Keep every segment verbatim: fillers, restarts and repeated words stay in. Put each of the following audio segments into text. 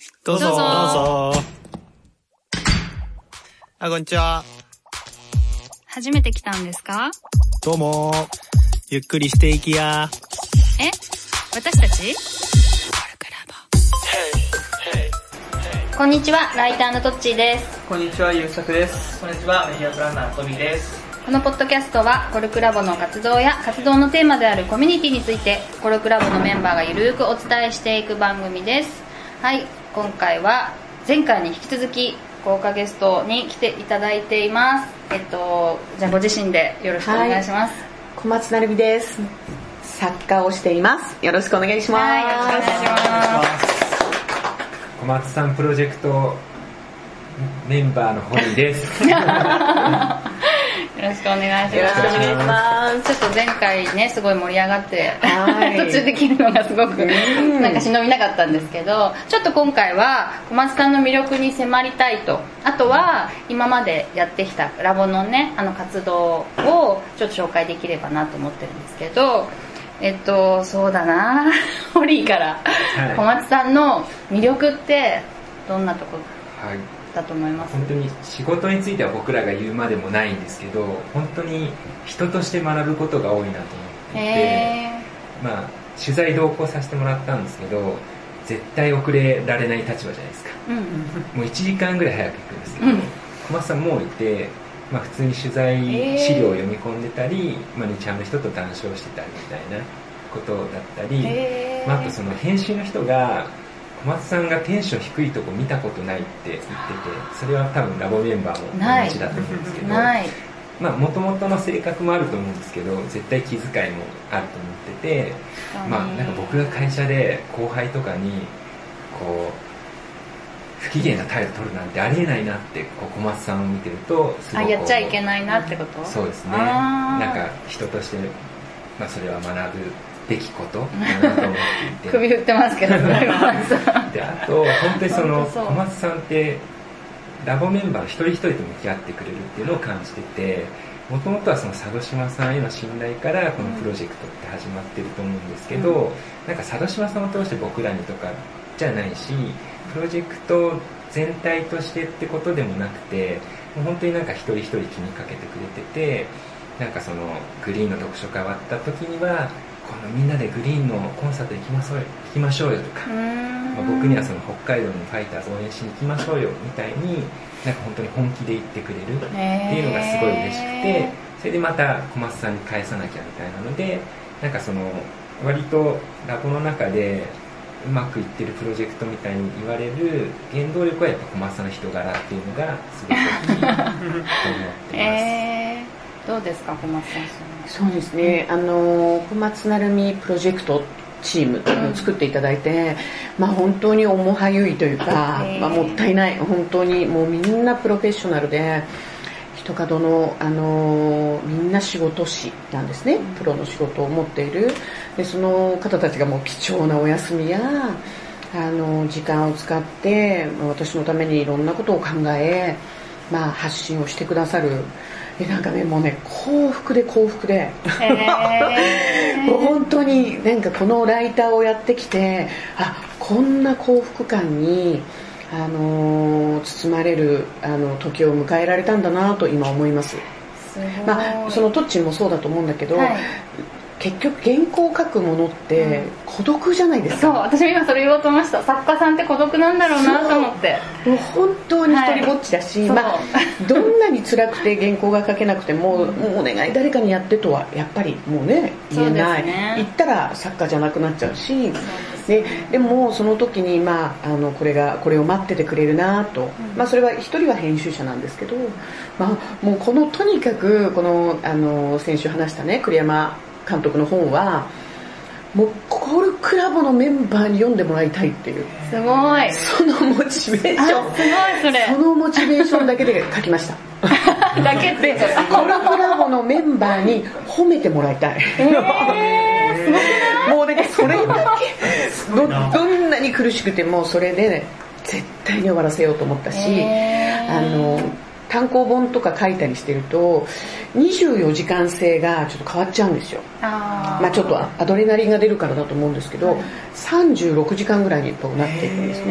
どうぞ。どうぞ。あ、こんにちは。 初めて来たんですか？ どうも。ゆっくりしていきや。 え？私たち？こんにちは、ライターのトッチーです。 こんにちは、ゆうさくです。こんにちは、メディアプランナーのトビーです。 このポッドキャストはコルクラボの活動や活動のテーマであるコミュニティについてコルクラボのメンバーがゆるーくお伝えしていく番組です。はい、今回は前回に引き続き豪華ゲストに来ていただいています。えっとじゃあご自身でよろしくお願いします。はい、 小松成美です。作家をしています。よろしくお願いします。 はい、よろしくお願いします。 小松さんプロジェクトメンバーの堀です。 よろしくお願いします。 よろしくお願いします。 ちょっと前回ねすごい盛り上がって途中で切るのがすごくなんか忍びなかったんですけど、ちょっと今回は小松さんの魅力に迫りたいと、あとは今までやってきたラボのねあの活動をちょっと紹介できればなと思ってるんですけど、えっとそうだなホリーから、はい、小松さんの魅力ってどんなところだと思います？ 本当に仕事については僕らが言うまでもないんですけど、本当に人として学ぶことが多いなと思っていて、まあ取材同行させてもらったんですけど、絶対遅れられない立場じゃないですか、うん、もういちじかんぐらい早く行くんですけど、うん、小松さんもういて、まあ、普通に取材資料を読み込んでたり、まあ、日ハムの人と談笑してたりみたいなことだったり、まあ、あとその編集の人が小松さんがテンション低いとこ見たことないって言ってて、それは多分ラボメンバーも同じだと思うんですけど、まあ元々の性格もあると思うんですけど、絶対気遣いもあると思ってて、まあなんか僕が会社で後輩とかにこう不機嫌な態度取るなんてありえないなってこう小松さんを見てるとすごく、 あ、やっちゃいけないなってこと？ そうですね。なんか人として、まあ、それは学ぶべきことだなと思っていて首振ってますけどね。 で、あと本当にその小松さんってラボメンバー一人一人と向き合ってくれるっていうのを感じてて、もともとはその佐渡島さんへの信頼からこのプロジェクトって始まってると思うんですけど、うん、なんか佐渡島さんを通して僕らにとかじゃないし、プロジェクト全体としてってことでもなくて、もう本当になんか一人一人気にかけてくれてて、なんかそのグリーンの読書会終わった時にはこのみんなでグリーンのコンサート行きましょうよ、行きましょうよとか、まあ、僕にはその北海道のファイターズ応援しに行きましょうよみたいに、なんか本当に本気で言ってくれるっていうのがすごい嬉しくて、それでまた小松さんに返さなきゃみたいなので、なんかその割とラボの中でうまくいってるプロジェクトみたいに言われる原動力はやっぱ小松さんの人柄っていうのがすごく大きいと思ってます。 えー、どうですか小松さん？ そうですね、あの小松成美プロジェクトチームっていうのを作っていただいて、まあ本当に重はゆいというか、まあ、もったいない、本当にもうみんなプロフェッショナルで、一角の、あのみんな仕事師なんですね、プロの仕事を持っている。でその方たちがもう貴重なお休みやあの時間を使って私のためにいろんなことを考え、まあ、発信をしてくださる。でなんかねもうね幸福で幸福でもう本当になんかこのライターをやってきて、あこんな幸福感に、あのー、包まれるあの時を迎えられたんだなと今思います。まあ、そのトッチンもそうだと思うんだけど、はい、結局原稿を書くものって孤独じゃないですか、 うん、そう、私も今それ言おうと思いました。作家さんって孤独なんだろうなと思って、 もう本当に一人ぼっちだし、はい、まあ、どんなに辛くて原稿が書けなくても、もうお願い誰かにやってとはやっぱりもうね言えない、ね、言ったら作家じゃなくなっちゃうし、で, でもその時に、まあ、あのこれがこれを待っててくれるなと、うん、まあ、それは一人は編集者なんですけど、まあ、もうこのとにかくこの、あの先週話したね栗山監督の本はもうコルクラボのメンバーに読んでもらいたいっていう、 すごいそのモチベーション、 すごいそれそのモチベーションだけで書きましただけでコルクラボのメンバーに褒めてもらいたい、 えー、すごくない？ もうねそれだけ ど, どんなに苦しくてもそれで、ね、絶対に終わらせようと思ったし、えー、あの単行本とか書いたりしてるとにじゅうよじかん制がちょっと変わっちゃうんですよ。あ、まあ、ちょっとアドレナリンが出るからだと思うんですけど、はい、さんじゅうろくじかんぐらいになっていくんですね。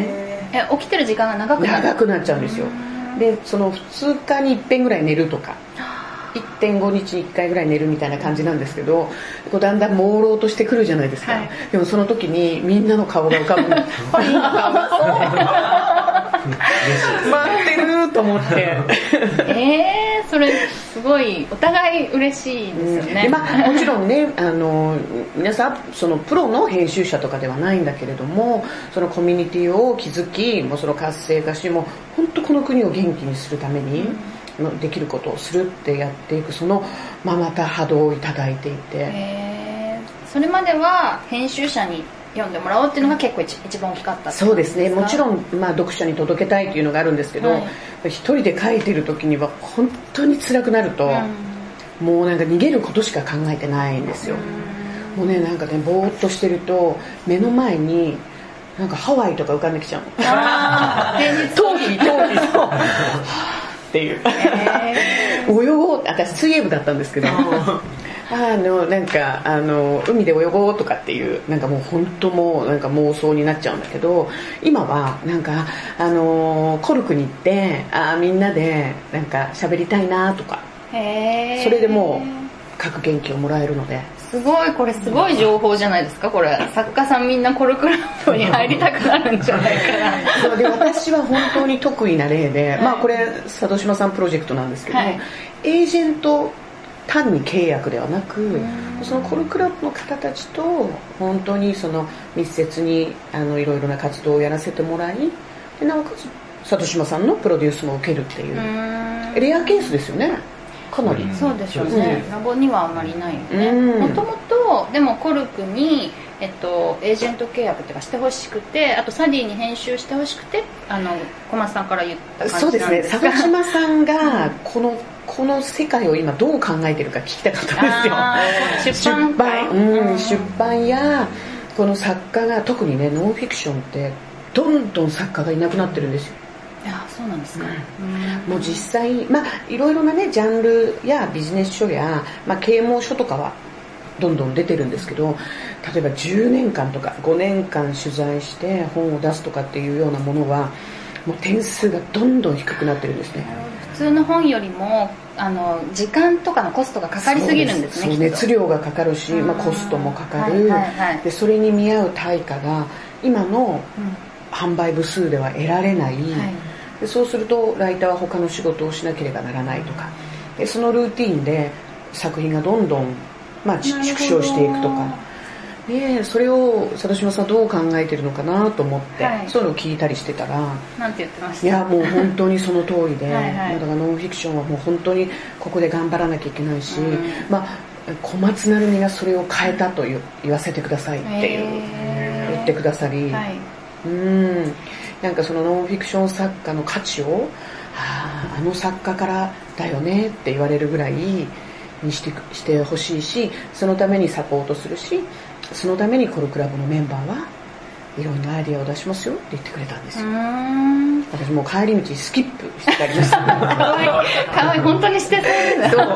え起きてる時間が長くなる長くなっちゃうんですよ。でそのふつかにいっぺんぐらい寝るとか いってんごにちにいっかいぐらい寝るみたいな感じなんですけど、こうだんだん朦朧としてくるじゃないですか、はい、でもその時にみんなの顔が浮かぶの本人の顔が待ってると思ってえー、それすごいお互い嬉しいですよね、うん、でまあ、もちろんねあの皆さんそのプロの編集者とかではないんだけれども、そのコミュニティを築きもうその活性化し、もう本当この国を元気にするために、うん、できることをするってやっていく、その、まあ、また波動をいただいていて、 へー、それまでは編集者に読んでもらおうっていうのが結構 一, 一番大きかったってそうですね、もちろん、まあ、読者に届けたいっていうのがあるんですけど、はい、一人で書いてる時には本当に辛くなると、うん、もうなんか逃げることしか考えてないんですよ、うん、もうねなんかねぼーっとしてると目の前になんかハワイとか浮かんできちゃうの。あ陶器陶器そうっていう、えー、泳ごう、私水泳部だったんですけどあのなんかあの海で泳ごうとかっていうなんかもう本当もうなんか妄想になっちゃうんだけど、今はなんかあのコルクに行ってあみんなでなんか喋りたいなとか、へー、それでもう書く元気をもらえるので、 すごい、これすごい情報じゃないですか。これ作家さんみんなコルクラボに入りたくなるんじゃないかなそうで私は本当に得意な例で、まあこれ佐渡島さんプロジェクトなんですけど、はい、エージェント単に契約ではなく、そのコルクラブの方たちと本当にその密接にあのいろいろな活動をやらせてもらい、でなおかつ佐渡島さんのプロデュースも受けるっていうレアケースですよね、かなり。 そうでしょうね、うん、ラボにはあんまりないよね。もともとでもコルクに、えっと、エージェント契約っていうかしてほしくて、あとサディに編集してほしくて、あの小松さんから言った感じなんですか。 そうですね、佐渡島さんがこのこの世界を今どう考えてるか聞きたかったんですよ。出版、うん、出版やこの作家が、特にねノンフィクションってどんどん作家がいなくなってるんですよ。 いやそうなんですね、 うん、もう実際まあいろいろなねジャンルやビジネス書や、まあ、啓蒙書とかはどんどん出てるんですけど、例えばじゅうねんかんとかごねんかん取材して本を出すとかっていうようなものはもう点数がどんどん低くなってるんですね。 普通の本よりもあの時間とかのコストがかかりすぎるんですね。 そうです、熱量がかかるし、まあ、コストもかかる、はいはいはい、でそれに見合う対価が今の販売部数では得られない、はい、でそうするとライターは他の仕事をしなければならないとか、でそのルーティーンで作品がどんどん、まあ、縮小していくとか、でそれを佐渡島さんどう考えてるのかなと思って、はい、そういうのを聞いたりしてたら、 なんて言ってました？ いやもう本当にその通りではい、はい、 だからノンフィクションはもう本当にここで頑張らなきゃいけないし、うん、まあ小松成美がそれを変えたと言わせてくださいっていう言ってくださり、はい、うんなんかそのノンフィクション作家の価値を、はあ、あの作家からだよねって言われるぐらいにしてしてほしいし、そのためにサポートするし、そのためにコルクラブのメンバーはいろんなアイディアを出しますよって言ってくれたんですよ。うーん、私もう帰り道スキップして帰りました。かわいい、かわいい、本当にしてそうですね。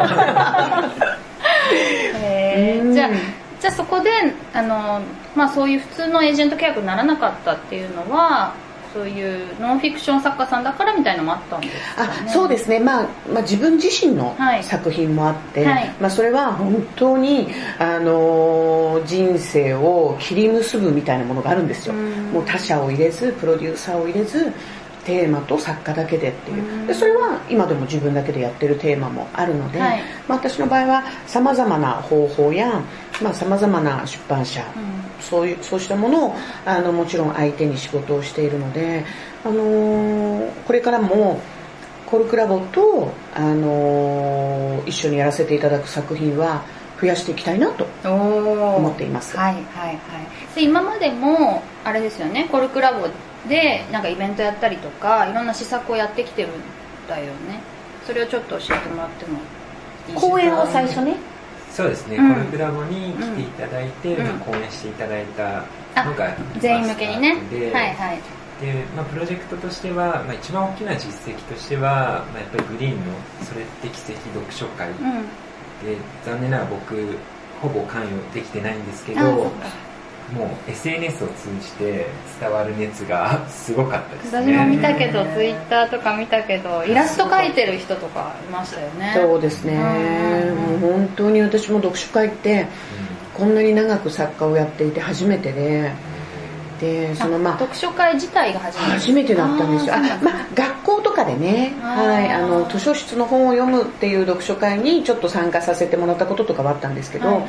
えー、じゃあじゃあそこであの、まあ、そういう普通のエージェント契約にならなかったっていうのは、そういうノンフィクション作家さんだからみたいなのもあったんですかね。 あ、そうですね、まあまあ、自分自身の作品もあって、はい、まあ、それは本当に、あのー、人生を切り結ぶみたいなものがあるんですよ。もう他者を入れずプロデューサーを入れずテーマと作家だけでっていう、でそれは今でも自分だけでやってるテーマもあるので、はい、まあ、私の場合はさまざまな方法やさまざまな出版社、うん、そういう、そうしたものをあのもちろん相手に仕事をしているので、あのー、これからもコルクラボと、あのー、一緒にやらせていただく作品は増やしていきたいなと思っています。 はいはいはい。で今までもあれですよね、コルクラボでなんかイベントやったりとかいろんな施策をやってきてるんだよね。それをちょっと教えてもらってもいいですか？ 講演を最初ね。 そうですね、うん、コルクラボに来ていただいて、うん、講演していただいたのが全員向けにね。はいはい。 で、まあ、プロジェクトとしては、まあ、一番大きな実績としては、まあ、やっぱりグリーンのそれって奇跡読書会、うん、で残念ながら僕ほぼ関与できてないんですけど、 もう エスエヌエス を通じて伝わる熱がすごかったですね。 私も見たけど、ツイッターとか見たけど、イラスト描いてる人とかいましたよね。 そうですね、もう本当に私も読書会って、うん、こんなに長く作家をやっていて初めてで、でそのまあ読書会自体が初めて初めてだったんですよ。あ、まあ、学校とかでね、はい、あの図書室の本を読むっていう読書会にちょっと参加させてもらったこととかはあったんですけど、はい、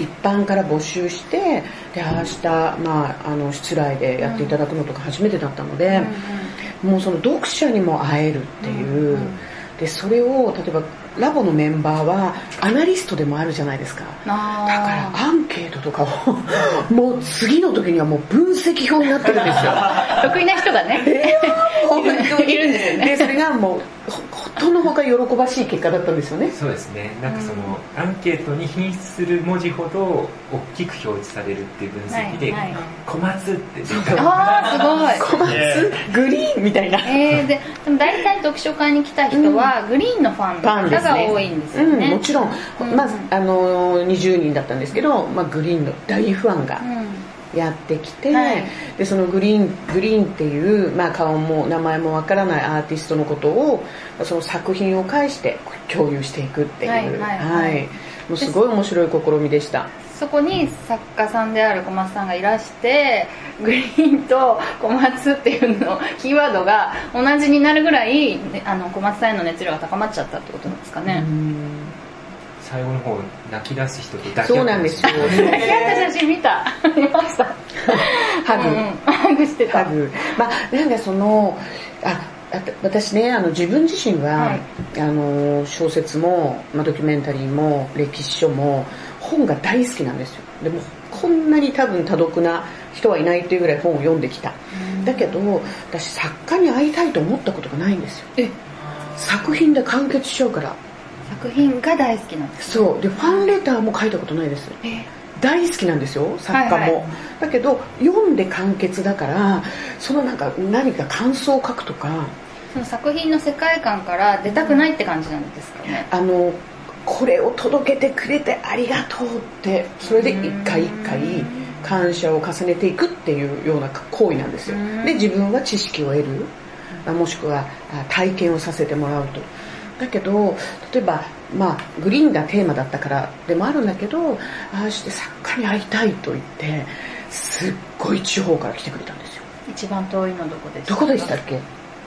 一般から募集して、で明日、まあ、あの失礼でやっていただくのとか初めてだったので、うんうん、もうその読者にも会えるっていう、うんうん、でそれを例えばラボのメンバーはアナリストでもあるじゃないですか。だからアンケートとかをもう次の時にはもう分析表になってるんですよ。 得意な人がね、えー、本当にいるんですよね。 でそれがもうほのほか喜ばしい結果だったんですよね。 そうですね。なんかその、うん、アンケートに品質する文字ほど大きく表示されるっていう分析で、はいはい、小松って出た。 あーすごい。 小松グリーンみたいな。 えー、で, でも大体読書会に来た人は、うん、グリーンのファンの方が多いんですよね。 うん、もちろん、うん、まずあのにじゅうにんだったんですけど、まあ、グリーンの大ファンがやってきて、うんはい、でそのグリーングリーンっていう、まあ、顔も名前もわからないアーティストのことをその作品を介して共有していくっていう、はいはいはいはい、もうすごい面白い試みでした。 そこに作家さんである小松さんがいらして、グリーンと小松っていうのキーワードが同じになるぐらい、あの小松さんへの熱量が高まっちゃったってことなんですかね。うん、 最後の方泣き出す人と抱き合ってそうなんですよ。 抱き合った写真見た。見ました。 ハグ、 うん、ハグしてた。 ハグ。まあなんかそのあ私ね、あの自分自身は、はい、あの小説も、まあ、ドキュメンタリーも歴史書も本が大好きなんですよ。でもこんなに多分多読な人はいないっていうぐらい本を読んできた。だけど私作家に会いたいと思ったことがないんですよ。え作品で完結しちゃうから。 作品が大好きなんです、 ね、そうでファンレターも書いたことないです。え大好きなんですよ作家も、はいはい、だけど読んで完結だからそのなんか何か感想を書くとかその作品の世界観から出たくないって感じなんですかね。 あのこれを届けてくれてありがとうってそれで一回一回感謝を重ねていくっていうような行為なんですよ。で自分は知識を得るもしくは体験をさせてもらうと。だけど例えば、まあ、グリーンがテーマだったからでもあるんだけどああして作家に会いたいと言ってすっごい地方から来てくれたんですよ。 一番遠いのどこでしたどこでしたっけ。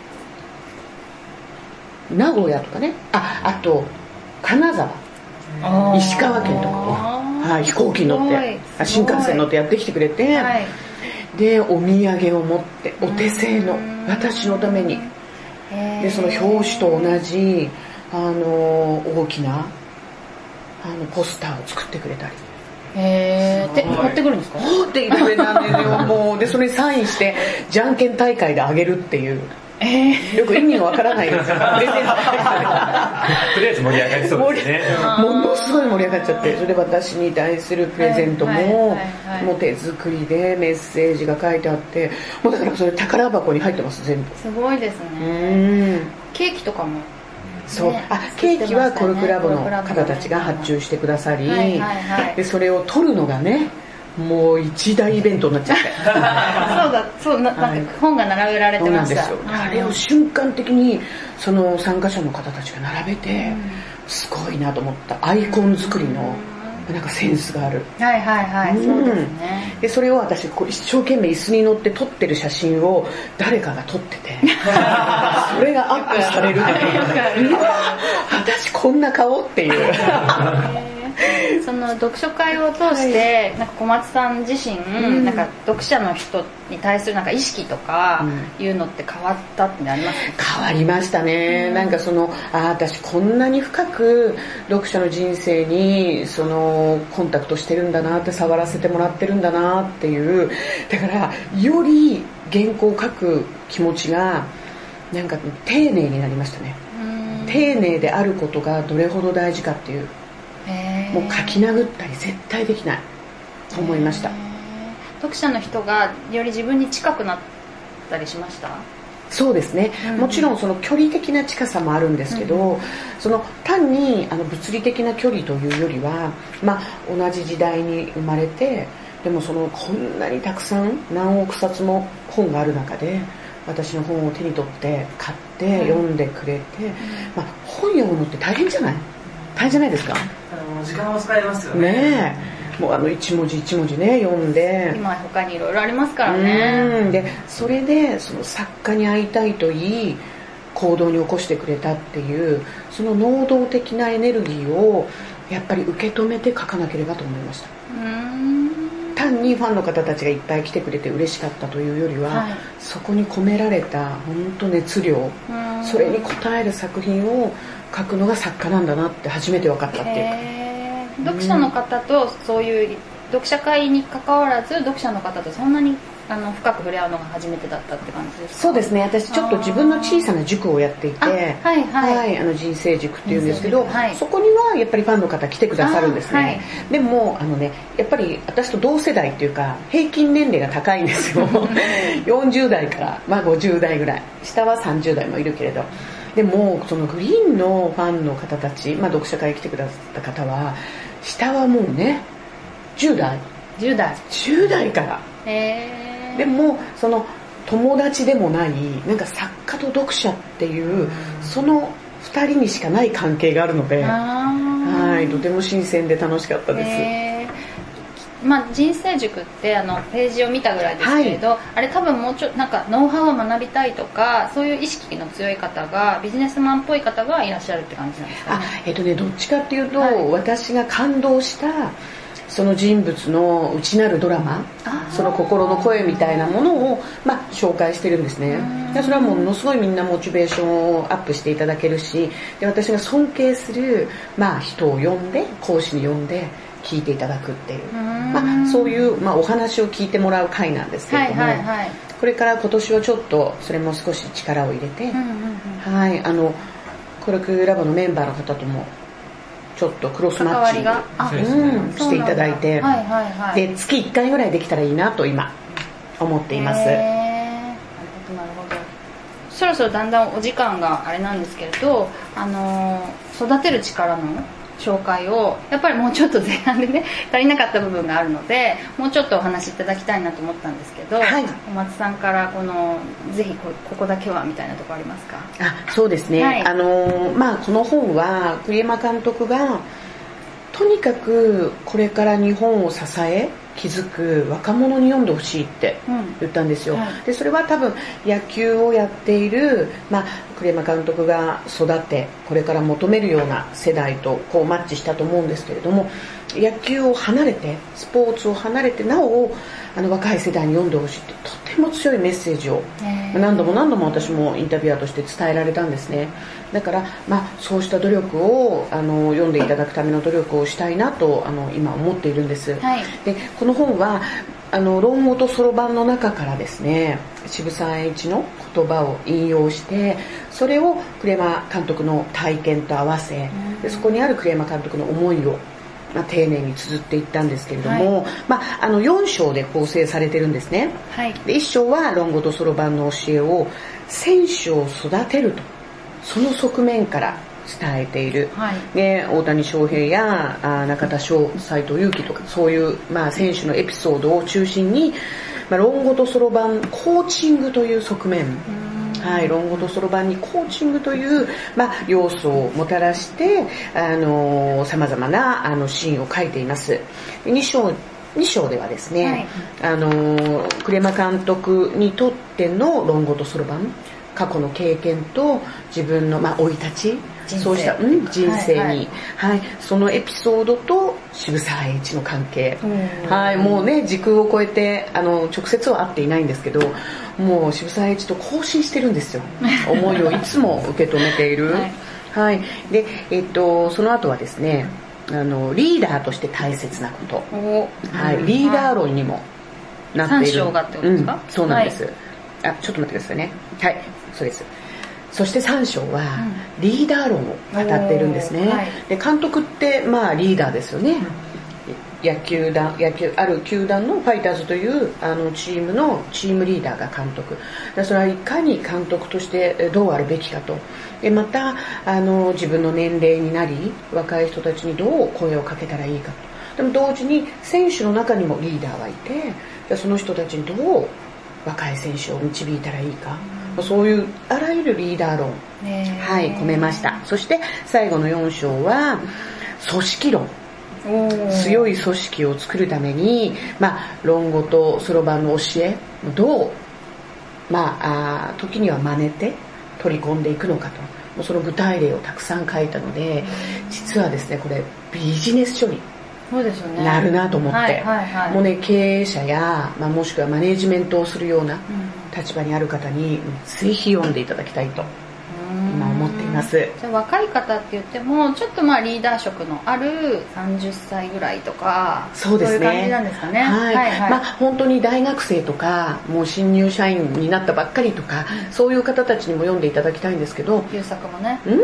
名古屋とかね あ, あと金沢石川県とかも、はい、飛行機に乗って新幹線乗ってやってきてくれて、はい、でお土産を持ってお手製の私のためにでその表紙と同じあの大きなあのポスターを作ってくれたりへーで持ってくるんですか。 持ってくれたんですよ。もうでそれにサインしてじゃんけん大会であげるっていう、えー、よく意味がわからないですプレゼントとりあえず盛り上がりそうですね。 ものすごい盛り上がっちゃってそれで私に対するプレゼントも、はいはいはいはい、もう手作りでメッセージが書いてあってもうだからそれ宝箱に入ってます全部。 すごいですね。うんケーキとかもそう、ね、あケーキはコルクラボの方たちが発注してくださり、はいはいはい、でそれを取るのがねもう一大イベントになっちゃってそうだそう な, なんか本が並べられてました。 そうなんですよ。あれを瞬間的にその参加者の方たちが並べてすごいなと思った。アイコン作りのなんかセンスがある。 はいはいはい、うん、そうですね。 でそれを私こう一生懸命椅子に乗って撮ってる写真を誰かが撮っててそれがアップされるっていううわ私こんな顔っていうその読書会を通して、はい、なんか小松さん自身、うん、なんか読者の人に対するなんか意識とかいうのって変わったってありますか。 変わりましたね、うん、なんかそのあ私こんなに深く読者の人生にそのコンタクトしてるんだなって触らせてもらってるんだなっていうだからより原稿を書く気持ちがなんか丁寧になりましたね。うん丁寧であることがどれほど大事かっていうもう書き殴ったり絶対できないと思いました。 読者の人がより自分に近くなったりしました。 そうですね、うん、もちろんその距離的な近さもあるんですけど、うん、その単にあの物理的な距離というよりは、まあ、同じ時代に生まれてでもそのこんなにたくさん何億冊も本がある中で私の本を手に取って買って読んでくれて、うん、まあ、本読むのって大変じゃない大変じゃないですか。 あの時間を使いますよね。 ねえ、もうあの一文字一文字ね読んで、 今他にいろいろありますからね。 うん、でそれでその作家に会いたいと言い行動に起こしてくれたっていうその能動的なエネルギーをやっぱり受け止めて書かなければと思いました。 うーん、 単にファンの方たちがいっぱい来てくれて嬉しかったというよりは、はい、そこに込められた本当熱量、それに応える作品を書くのが作家なんだなって初めて分かったっていうか、 えー、読者の方とそういう読者会に関わらず読者の方とそんなにあの深く触れ合うのが初めてだったって感じですか？ そうですね、私ちょっと自分の小さな塾をやっていて、はいはいはい、あの人生塾っていうんですけど、はい、そこにはやっぱりファンの方来てくださるんですね、はい、でもあのねやっぱり私と同世代っていうか平均年齢が高いんですよよんじゅう代から、まあ、ごじゅう代ぐらい、下はさんじゅう代もいるけれど、でもそのグリーンのファンの方たち、まあ、読者会に来てくださった方は下はもうねじゅう代じゅう代じゅう代から、 へー、 でもその友達でもないなんか作家と読者っていうそのふたりにしかない関係があるので、はい、とても新鮮で楽しかったです。 へー、まあ、人生塾ってあのページを見たぐらいですけれど、はい、あれ多分もうちょっとなんかノウハウを学びたいとかそういう意識の強い方がビジネスマンっぽい方がいらっしゃるって感じなんですかね。 あ、えっとね、どっちかっていうと、はい、私が感動したその人物の内なるドラマ、その心の声みたいなものを、まあ、紹介してるんですね。でそれはものすごいみんなモチベーションをアップしていただけるし、で私が尊敬する、まあ、人を呼んで講師に呼んで聞いていただくっていう、まあ、そういう、まあ、お話を聞いてもらう会なんですけれども、はいはいはい、これから今年はちょっとそれも少し力を入れて、うんうんうん、はい、あのコルクラボのメンバーの方ともちょっとクロスマッチング、うん、していただいて、はいはいはい、で月いっかいぐらいできたらいいなと今思っています。 なるほどなるほど。そろそろだんだんお時間があれなんですけれど、あのー、育てる力の紹介をやっぱりもうちょっと前半でね足りなかった部分があるのでもうちょっとお話しいただきたいなと思ったんですけど、はい、小松さんからこのぜひ こ, ここだけはみたいなところありますか？ あ、そうですね、はい、あのまあ、この本は栗山監督がとにかくこれから日本を支え気づく若者に読んでほしいって言ったんですよ、うん、はい、でそれは多分野球をやっている、まあ、栗山監督が育てこれから求めるような世代とこうマッチしたと思うんですけれども、野球を離れてスポーツを離れてなおあの若い世代に読んでほしいってとても強いメッセージを何度も何度も私もインタビュアーとして伝えられたんですね。だから、まあ、そうした努力をあの読んでいただくための努力をしたいなとあの今思っているんです、はい、でこの本はあの論語とそろばんの中からですね渋沢栄一の言葉を引用してそれを栗山監督の体験と合わせでそこにある栗山監督の思いをまあ、丁寧に綴っていったんですけれども、はい、まあ、あのよん章で構成されてるんですね、はい、でいっ章は論語とそろばんの教えを選手を育てるとその側面から伝えている、はい、で大谷翔平やあ中田翔、斎藤佑樹とかそういう、まあ、選手のエピソードを中心に、まあ、論語とそろばんコーチングという側面、はい、論語とそろばんにコーチングという、まあ、要素をもたらしてあの様々なあのシーンを書いています。に章に章ではですね、はい、あの栗山監督にとっての論語とそろばん過去の経験と自分のまあ生い立ちそうした、うん、人生に、はいはいはい、そのエピソードと渋沢栄一の関係、はい、もうね時空を超えてあの直接は会っていないんですけどもう渋沢栄一と交信してるんですよ思いをいつも受け止めている、はいはい、で、えっと、その後はですねあのリーダーとして大切なこと、はい、リーダー論にもなっている。さん章がってことですか？うん、そうなんです、はい、あ、ちょっと待ってくださいね。はい、そうです。そしてさん章はリーダー論を語っているんですね、はい、で監督ってまあリーダーですよね、うん、野球団野球ある球団のファイターズというあのチームのチームリーダーが監督でそれはいかに監督としてどうあるべきかとでまたあの自分の年齢になり若い人たちにどう声をかけたらいいかでも同時に選手の中にもリーダーがいて、じゃあその人たちにどう若い選手を導いたらいいか、うん、そういうあらゆるリーダー論、はい、込めました。そして最後のよん章は組織論、強い組織を作るために、まあ、論語とそろばんの教えどう、まあ、あ時には真似て取り込んでいくのかと、その具体例をたくさん書いたので、実はですねこれビジネス書になるなと思って、はいはいはい、もうね経営者や、まあ、もしくはマネジメントをするような立場にある方にぜひ読んでいただきたいと今思っています。 じゃあ若い方って言ってもちょっとまあリーダー職のあるさんじゅっさいぐらいとか、 そうですね、 そういう感じなんですかね。 はい、はいはい、まあ、本当に大学生とかもう新入社員になったばっかりとか、うん、そういう方たちにも読んでいただきたいんですけど、 優作もね、 うん、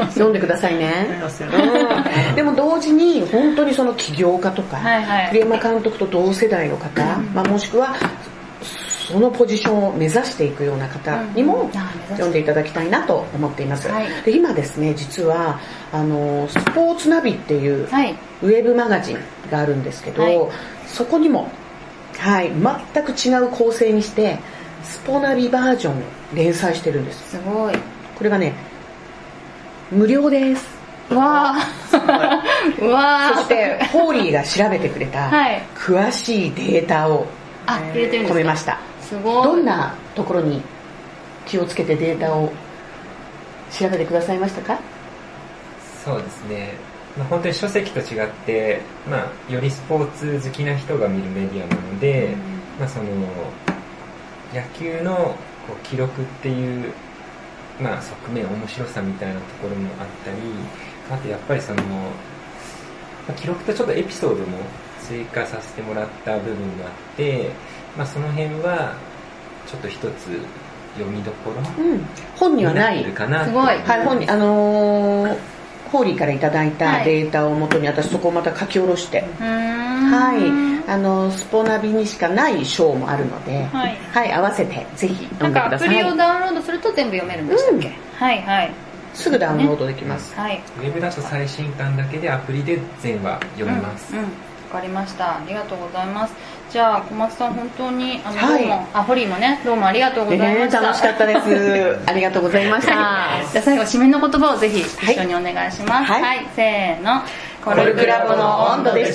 読んでくださいねうん、でも同時に本当にその起業家とか、はいはい、栗山監督と同世代の方、うん、まあ、もしくはそのポジションを目指していくような方にも読んでいただきたいなと思っています、はい、で今ですね実はあのスポーツナビっていうウェブマガジンがあるんですけど、はい、そこにも、はい、全く違う構成にしてスポナビバージョンを連載してるんです。 すごい。 これがね無料です。 わーうわーそしてホーリーが調べてくれた詳しいデータを込めました。 すごい。 どんなところに気をつけてデータを調べてくださいましたか？ そうですね、まあ、本当に書籍と違って、まあ、よりスポーツ好きな人が見るメディアなので、うん、まあ、その野球のこう記録っていう、まあ、側面面白さみたいなところもあったり、あとやっぱりその、まあ、記録とちょっとエピソードも追加させてもらった部分があって、まあ、その辺はちょっと一つ読みどころ、うん、 本にはないかな。 すごい、 はい、本にあのー、ホーリーからいただいたデータをもとに私そこをまた書き下ろして、はい、あのスポナビにしかない章もあるので、はい、はい、合わせてぜひ読んでください。 なんかアプリをダウンロードすると全部読めるんでしたっけ？うん、はいはい。 すぐダウンロードできます。ね、 はい。 ウェブだと最新刊だけでアプリで全話読めます。 うん、うん、わかりました。ありがとうございます。じゃあ小松さん本当にあの、はい、どうもあホリーもねどうもありがとうございました。 えー、楽しかったです。ありがとうございました。 はい、じゃあ最後締めの言葉をぜひ一緒にお願いします。はい、はいはい、せーの。 コルクラボの温度でした。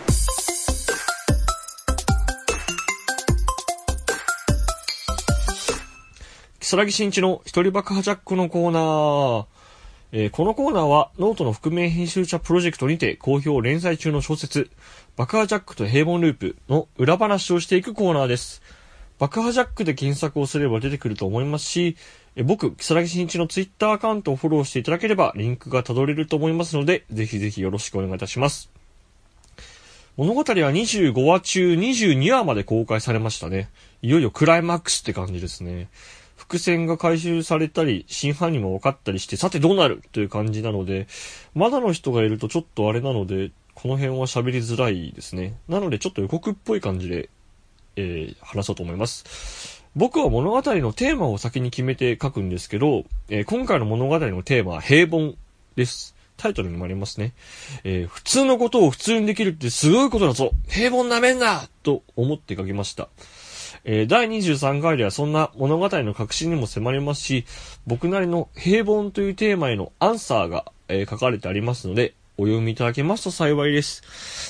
如月慎一の一人爆破ジャックのコーナー。えー、このコーナーはノートの覆面編集者プロジェクトにて好評連載中の小説爆破ジャックと平凡ループの裏話をしていくコーナーです。爆破ジャックで検索をすれば出てくると思いますし、え僕、如月慎一のツイッターアカウントをフォローしていただければリンクがたどれると思いますので、ぜひぜひよろしくお願いいたします。物語はにじゅうごわ中にじゅうにわまで公開されましたね。いよいよクライマックスって感じですね。伏線が回収されたり、真犯人も分かったりして、さてどうなるという感じなので、まだの人がいるとちょっとあれなので、この辺は喋りづらいですね。なのでちょっと予告っぽい感じで、えー、話そうと思います。僕は物語のテーマを先に決めて書くんですけど、えー、今回の物語のテーマは平凡です。タイトルにもありますね。えー、普通のことを普通にできるってすごいことだぞ。平凡なめんなと思って書きました。えー、だいにじゅうさんかいではそんな物語の核心にも迫りますし、僕なりの平凡というテーマへのアンサーが、えー、書かれてありますので、お読みいただけますと幸いです。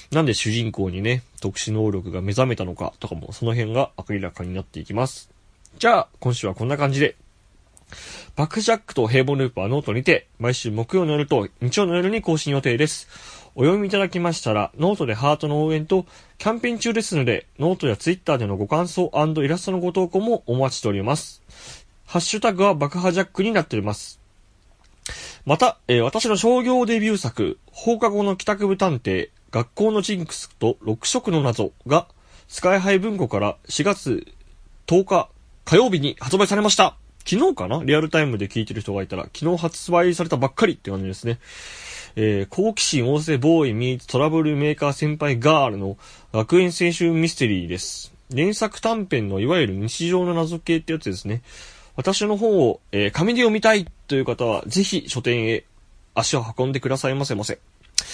なんで主人公にね、特殊能力が目覚めたのかとかもその辺が明らかになっていきます。じゃあ、今週はこんな感じで。バックジャックと平凡ループはノートにて、毎週木曜の夜と日曜の夜に更新予定です。お読みいただきましたら、ノートでハートの応援と、キャンペーン中ですので、ノートやツイッターでのご感想&イラストのご投稿もお待ちしております。ハッシュタグは爆破ジャックになっております。また、えー、私の商業デビュー作、放課後の帰宅部探偵、学校のジンクスとろく色の謎が、スカイハイ文庫からしがつとおか火曜日に発売されました。昨日かな？リアルタイムで聞いてる人がいたら、昨日発売されたばっかりって感じですね。えー、好奇心旺盛ボーイミーツトラブルメーカー先輩ガールの学園青春ミステリーです。連作短編のいわゆる日常の謎系ってやつですね。私の本を、えー、紙で読みたいという方はぜひ書店へ足を運んでくださいませませ。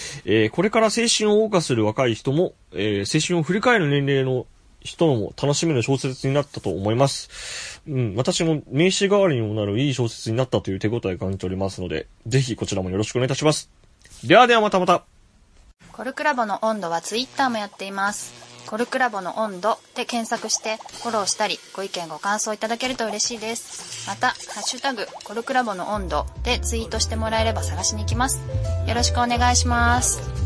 えー、これから青春を謳歌する若い人も、えー、青春を振り返る年齢の人のも楽しめる小説になったと思います。うん、私も名刺代わりにもなるいい小説になったという手応えを感じておりますので、ぜひこちらもよろしくお願いいたします。ではではまたまた。 コルクラボの温度はツイッターもやっています。コルクラボの温度で検索してフォローしたり、ご意見ご感想いただけると嬉しいです。また、ハッシュタグコルクラボの温度でツイートしてもらえれば探しに行きます。よろしくお願いします。